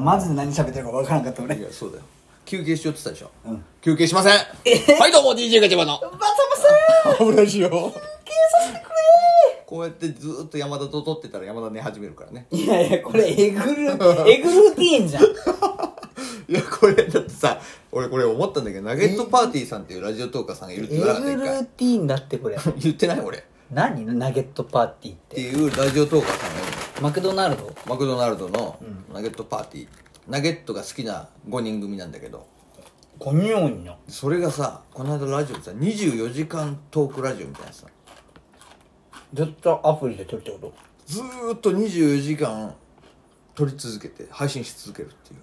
マジで何喋ってるか分からんかった俺。 いやそうだよ、休憩しようって言ったでしょ、 うん、 休憩しません。はいどうも DJ ガチャバのバサバサ危ないしよ。 休憩させてくこうやってずーっと山田と撮ってたら山田寝始めるからね。 れ。いやいや、これエグルーティーンじゃん。 いやこれだってさ、俺これ思ったんだけど、ナゲットパーティーさんっていうラジオトーカーさんがいるってエ言わなかったグルー一回。 ティーンだってこれ。 言ってない俺。っ何ナゲットパーティーってて。 いうラジオトーカーさんがいるの。 マクドナルドマクドナルドのナゲットパーティー、ナゲットが好きな5人組なんだけど、 ゴニョンニョ。 それがさ、この間ラジオでさ、24時間トークラジオみたいなさ、 ずっとアプリで撮るってこと？ ずーっと24時間撮り続けて配信し続けるっていう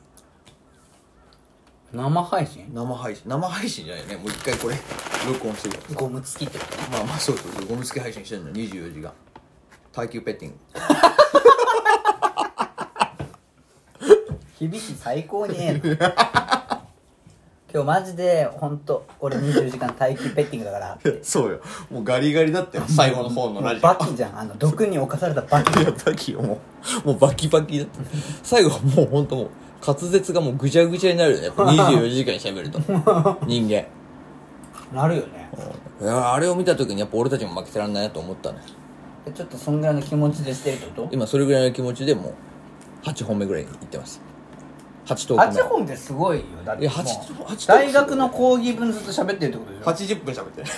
生配信？ 生配信じゃないね、もう一回これ録音してるからさ、 ゴム付きってことね。 まあまあそうそうそう、ゴム付き配信してるの24時間耐久ペッティング。 響き最高にええな。今日マジで本当俺24時間待機ペッティングだからってそうよ、もうガリガリだったよ最後の方のラジオ。 バキじゃん、毒に侵されたバキ。 いやバキよ、もうバキバキだった最後はもうほんともう滑舌がもうぐちゃぐちゃになるよね、やっぱ24時間喋ると人間。 なるよね。 いやあれを見た時にやっぱ俺たちも負けてらんないなと思ったね。 ちょっとそんぐらいの気持ちでしてるってこと？ 今それぐらいの気持ちでもう8本目ぐらいに行ってます。8トーク目。 8本ってすごいよ。だっていやもう 8 大学の講義分ずっと喋ってるってことでしょ。 80分喋ってる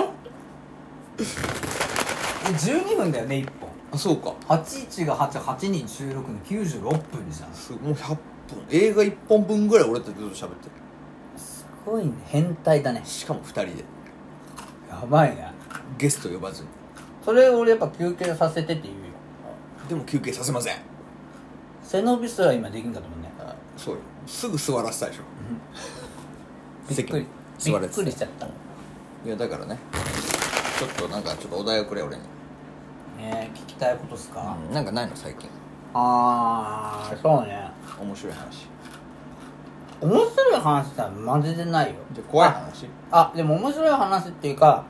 12分だよね1本。 あ、そうか。 81が8人収録の96分じゃん。 もう100本、映画1本分ぐらい俺たちずっと喋ってすごいね、変態だね。 る。しかも2人でやばいね。 ゲスト呼ばずに。 それ俺やっぱ休憩させてって言うよ。 でも休憩させません。 背伸びすら今できんかったもんね。 そうよ、すぐ座らせたでしょびっくり座れてた。 びっくりしちゃった。 いやだからね、ちょっとなんかちょっとお題をくれ俺に。 聞きたいことっすか？ なんかないの最近そうね。 面白い話。 面白い話さマジでないよ。 じゃあ怖い話。 でも面白い話っていうか、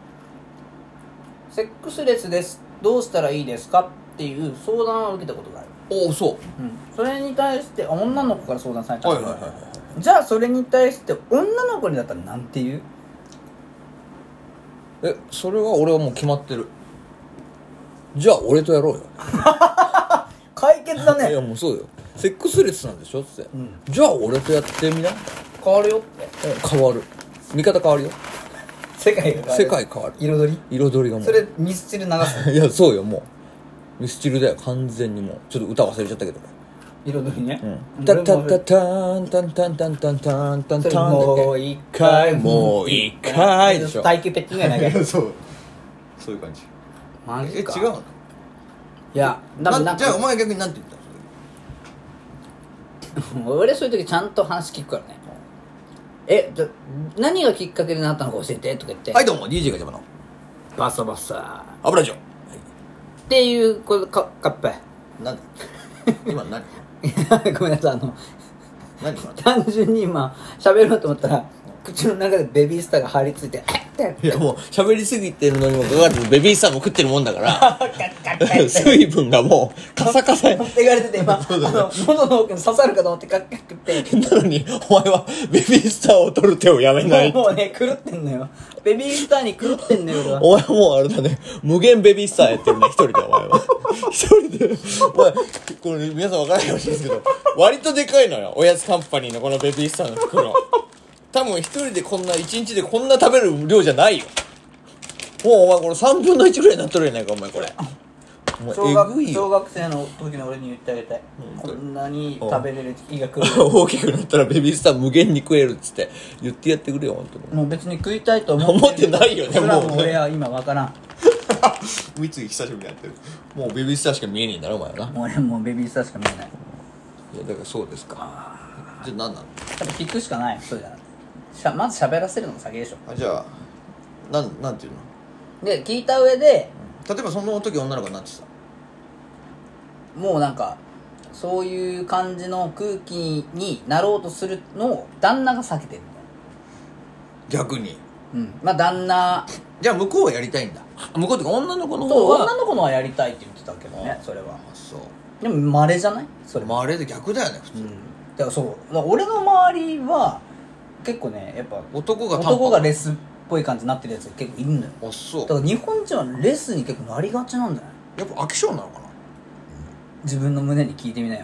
セックスレスですどうしたらいいですかっていう相談を受けたことがある。 おお、そう。 それに対して女の子から相談された。 はいはいはいはい。 じゃあそれに対して女の子にだったらなんて言う？ それは俺はもう決まってる。じゃあ俺とやろうよ。 解決だね。 いやもうそうよ、セックスレスなんでしょって、じゃあ俺とやってみな。 変わるよって。 変わる、見方変わるよ。 世界が変わる。 世界変わる。 彩りがもうそれミスチル流す。 いやそうよ、もうミスチルだよ完全に。もうちょっと歌忘れちゃったけど、 彩りね。 タタタタンタンタンタンタンタンタンタン、 もう一回もう一回でしょ。 耐久ペッティングやないかい。 そういう感じ。 マジか。 違うの？ いやじゃあお前逆に何て言ったの？ 俺そういう時ちゃんと話聞くからね。何がきっかけでなったのか教えてとか言って。 はいどうも DJ ガチャバのバサバサ油じょっていうこれカップ。 なん今何ごめんなさい、 何単純に今喋ろうと思ったら口の中でベビースターが張り付いていやもう喋りすぎてるのにもかかわらずベビースターも食ってるもんだから水分がもうカサカサ持っていかれてて今喉の奥に刺さるかと思ってカッカッカッってなのにお前はベビースターを取る手をやめない。 もうね狂ってんのよ。ベビースターに狂ってんのよ俺は。 お前もうあれだね、無限ベビースターやってるね一人で。お前は一人でお前これ皆さん分からないかもしれないですけど割とでかいのよ、おやつカンパニーのこのベビースターの袋。多分一人でこんな1日でこんな食べる量じゃないよ。もうお前これ3分の1ぐらいになっとるやないかお前これ。お前えぐいよ。 小学生の時の俺に言ってあげたい。こんなに食べれる日が来る。 大きくなったらベビースター無限に食えるっつって言ってやってくれよ本当に。 もう別に食いたいと思ってないよね。 それはもうもう俺は今わからん。 三井久しぶりにやってる。もうベビースターしか見えねえんだろお前はな。 もう俺もうベビースターしか見えない。 いやだからそうですか。じゃあ何なの？ 多分聞くしかない。そうじゃない。まず喋らせるのが先でしょ。 じゃあなんていうの？ で聞いた上で例えばその時女の子になってた。 もうなんかそういう感じの空気になろうとするのを旦那が避けてるみたいな。 逆に。 まあ旦那じゃあ向こうはやりたいんだ。向こうってか女の子のと方は。 女の子のはやりたいって言ってたけどね。それはそう。 でも稀じゃないそれまああれで逆だよね普通、 だからそうだから俺の周りは結構ねやっぱ男がレスっぽい感じになってるやつが結構いるんだよ。 あそうだから日本人はレスに結構なりがちなんだよ。 やっぱ飽き性なのかな。 自分の胸に聞いてみなよ。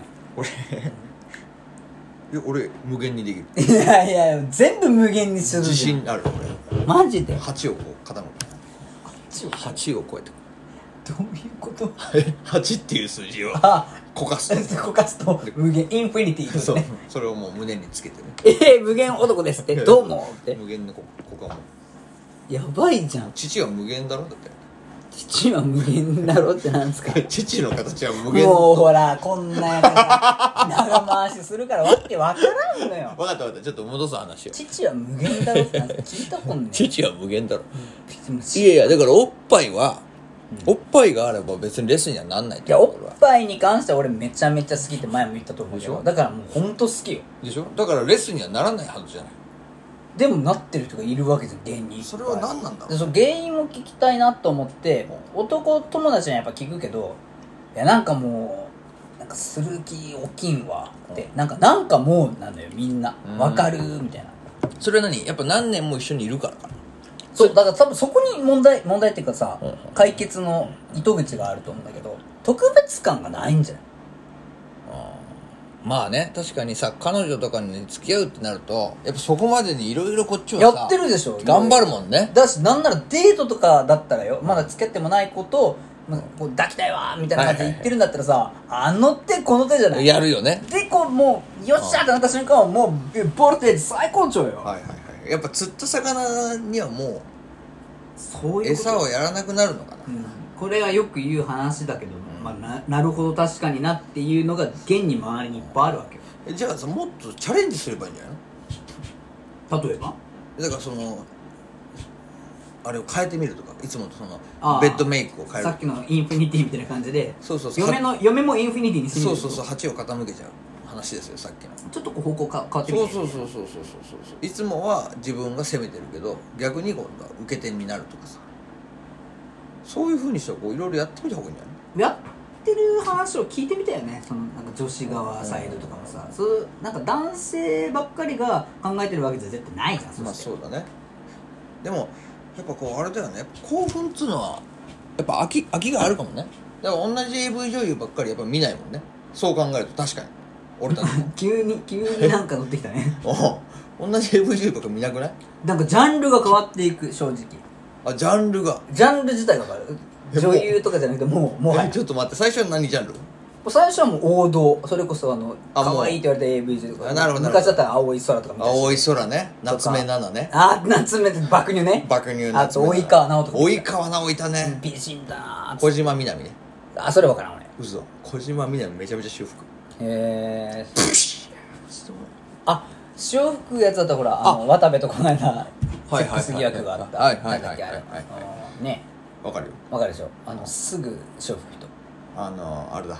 俺無限にできる。 いやいや全部無限にする自じゃん。 信ある俺。 マジで 8をこう傾く。8を超えてどういうこと 8っていう数字をあこかすこかすと無限インフィニティってそうねそれをもう胸につけてね無限男ですってどうもって無限のここがもうやばいじゃん。 父は無限だろだって父は無限だろってなんですか父の形は無限。 もうほらこんなやつが長回しするからわけわからんのよ。 分かった分かったちょっと戻す話を。 父は無限だろってなんか聞いたことねえ。 父は無限だろ、 うん、 いやいやだからおっぱいは、おっぱいがあれば別にレスにはなんないいやおっ俺はぱいに関しては俺めちゃめちゃ好きって前も言ったと思うけでしょどだからもうほんと好きよ。 でしょ。だからレスにはならないはずじゃない。 でもなってる人がいるわけじゃん芸人。 それは何なんだろう。 でその原因を聞きたいなと思って男友達にはやっぱ聞くけどいやなんかもうなんかする気起きんわってなんかもうなんだよみんなわかるみたいな。 それは何やっぱ何年も一緒にいるからかな。 そうだから多分そこに問題っていうかさ解決の糸口があると思うんだけど特別感がないんじゃないまあね確かにさ彼女とかに付き合うってなるとやっぱそこまでにいろいろこっちはさやってるでしょ頑張るもんね。 だしなんならデートとかだったらよまだ付き合ってもない子とまあこう抱きたいわみたいな感じで言ってるんだったらさあの手この手じゃないやるよね。 でこうもうよっしゃってなった瞬間はもうボルテージ最高潮よ。 はいはいはい。やっぱ釣った魚にはもそういうこと餌をやらなくなるのかな。 これはよく言う話だけど、まあ、なるほど確かになっていうのが現に周りにいっぱいあるわけよ。 じゃあさもっとチャレンジすればいいんじゃない例えばの。だからそのあれを変えてみるとかいつもとそのあーベッドメイクを変える。 さっきのインフィニティみたいな感じでそうそうそう嫁もインフィニティにしてみるそう鉢を傾けちゃう話ですよさっきの。 ちょっとこう方向変わってみてそういつもは自分が攻めてるけど逆に今度は受け手になるとかさそういうふうにしてこういろいろやってみた方がいいんじゃない。 やってる話を聞いてみたよねそのなんか女子側サイドとかもさ、そうなんか男性ばっかりが考えてるわけじゃ絶対ないじゃん。 まあそうだね。でもやっぱこうあれだよね興奮っつうのはやっぱ飽きがあるかもね。だから同じ AV 女優ばっかりやっぱ見ないもんねそう考えると。確かに俺たちも急になんか乗ってきたね同じ AV 女優ばっかり見なくない。 なんかジャンルが変わっていく正直あジャンルがジャンル自体が変わる女優とかじゃなくてもうちょっと待って最初は何ジャンル。 最初はもう王道それこそあ可愛いって言われた AV 女優とかあなるほど昔だったら青い空とか見たし青い空ね夏目奈々ね夏目爆乳ね爆乳あと及川直人とか及川直いたね美人だな小島みなみね。 それ分からん俺嘘小島みなみめちゃめちゃ修復へえ潮吹くやつだったらほら渡部とこの間セックス疑惑があったはいなんだっけあれねわかるよ。 分かるでしょすぐ潮吹く人あれだ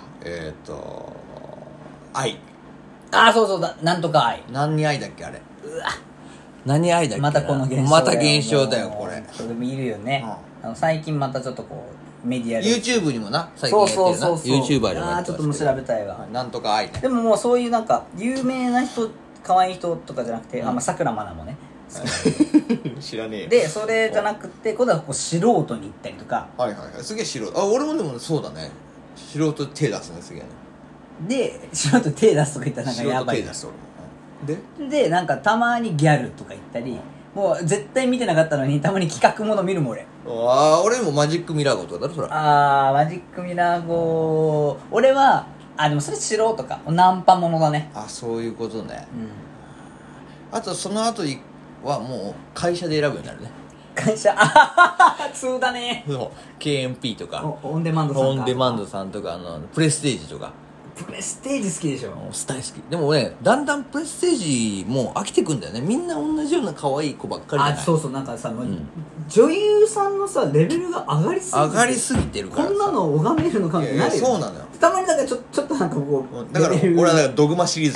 愛そうなんとか愛何に愛だっけあれ。何愛だっけな。 またこの現象また現象だよこれ。 それでもいるよね最近またちょっとこうメディアで YouTube にもな最近やってるな。YouTuber でもやってちょっともう調べたいわなんとか愛ね。 でももうそういうなんか有名な人可愛い人とかじゃなくてさくらまなもね好きなん知らねえよ。 でそれじゃなくて今度はこう素人に行ったりとかはいすげえ素人。俺もでもそうだね素人手出すねすげえね。 で素人手出すとか言ったらなんかやばい素人手出す俺もでなんかたまにギャルとか言ったりもう絶対見てなかったのにたまに企画もの見るもん俺もマジックミラー号とかだろそら。 マジックミラー号俺はでもそれ素人かナンパものだねそういうことね。あとその後はもう会社で選ぶようになるね。 会社通だねそう KMP とかオンデマンドさんかオンデマンドさんとかプレステージとかプレステージ好きでしょ大好き。でもねだんだんプレステージもう飽きてくんだよね。みんな同じような可愛い子ばっかりじゃない。 そうなんかさ、女優さんのさレベルが上がりすぎてるからこんなの拝めるのかってなるよ。 そうなのよ。 たまになんかちょっとなんかこうだから俺はだからドグマシリーズ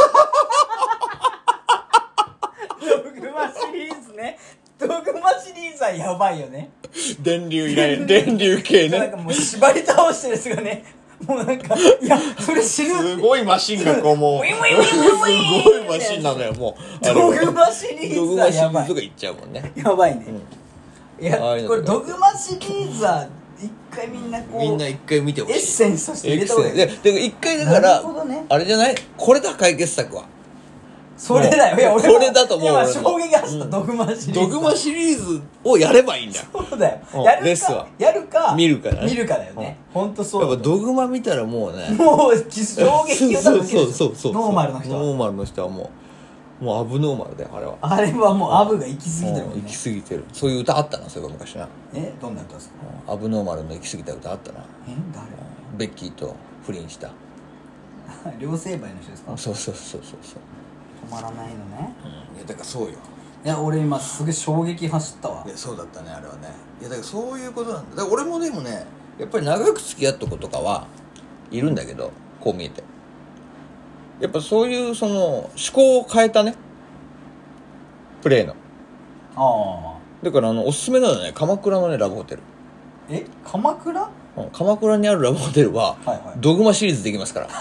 ドグマシリーズねドグマシリーズはやばいよね電流系なんかもう縛り倒してるやつがねもうなんかいやそれ死ぬすごいマシンがこうもうウィンウィンウィンウィンウィンすごいマシンなのよもうドグマシリーズはやばいドグマシリーズとか言っちゃうもんね。 やばいね、いやああいうのこれドグマシリーズは一回みんなこうみんな一回見てほしい。 エッセンスとして入れた方がいい。 で一回だかならるほどねあれじゃない？これだ解決策は。 それだよ。いや俺もこれだと思う今俺も衝撃走った、ドグマシリーズ。 ドグマシリーズをやればいいんだよ。 そうだよ。 うんやるレスはかやるか見るかだね見るかだよね。本当そうだとやっぱドグマ見たらもうね。 もう衝撃を多分受けるそうノーマルの人は。 ノーマルの人はもうアブノーマルだよあれは。 あれはもうアブが行き過ぎてるもん行ね。 き過ぎてる。そういう歌あったな、そういえば昔な。 どんな歌ですか？ アブノーマルの行き過ぎた歌あったな。 誰？ ベッキーと不倫した。 両成敗の人ですか？ そうそう止まらないのね。 いやだからそうよ。 いや俺今すげえ衝撃走ったわい。やそうだったねあれはね。いやだからそういうことなんだ。だから俺もでもねやっぱり長く付き合った子とかはいるんだけど、こう見えてやっぱそういうその思考を変えたねプレイの。 あだからおすすめなのはね鎌倉のねラブホテル。 鎌倉？ 鎌倉にあるラブホテルは、 はいはいドグマシリーズできますから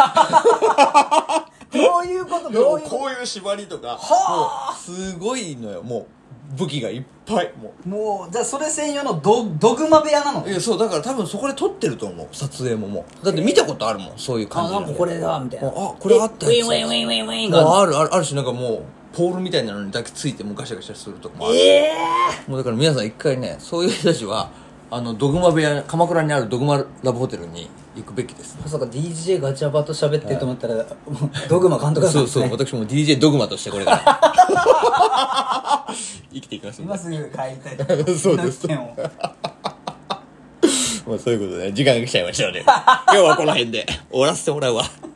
どういうこと？どういうこういう縛りとかはもうすごいのよ。もう武器がいっぱいもうじゃあそれ専用のドグマ部屋なの？ いやそうだから多分そこで撮ってると思う撮影ももうだって見たことあるもんそういう感じのなんかこれだみたいな。 あこれあったやつウィンウィンウィンウィンウィンもうがあるしなんかもうポールみたいなのにだけついてもうガシャガシャするとかもある、もうだから皆さん一回ねそういう人たちはドグマ部屋鎌倉にあるドグマラブホテルに行くべきですね。 まさか DJ ガチャバと喋ってると思ったら、もうドグマ監督だったんですね。 そう私も DJ ドグマとしてこれから生きていきますんで今すぐ帰りたいと思いますそうです身の危険をまあそういうことで、時間が来ちゃいましたので今日はこの辺で終わらせてもらうわ。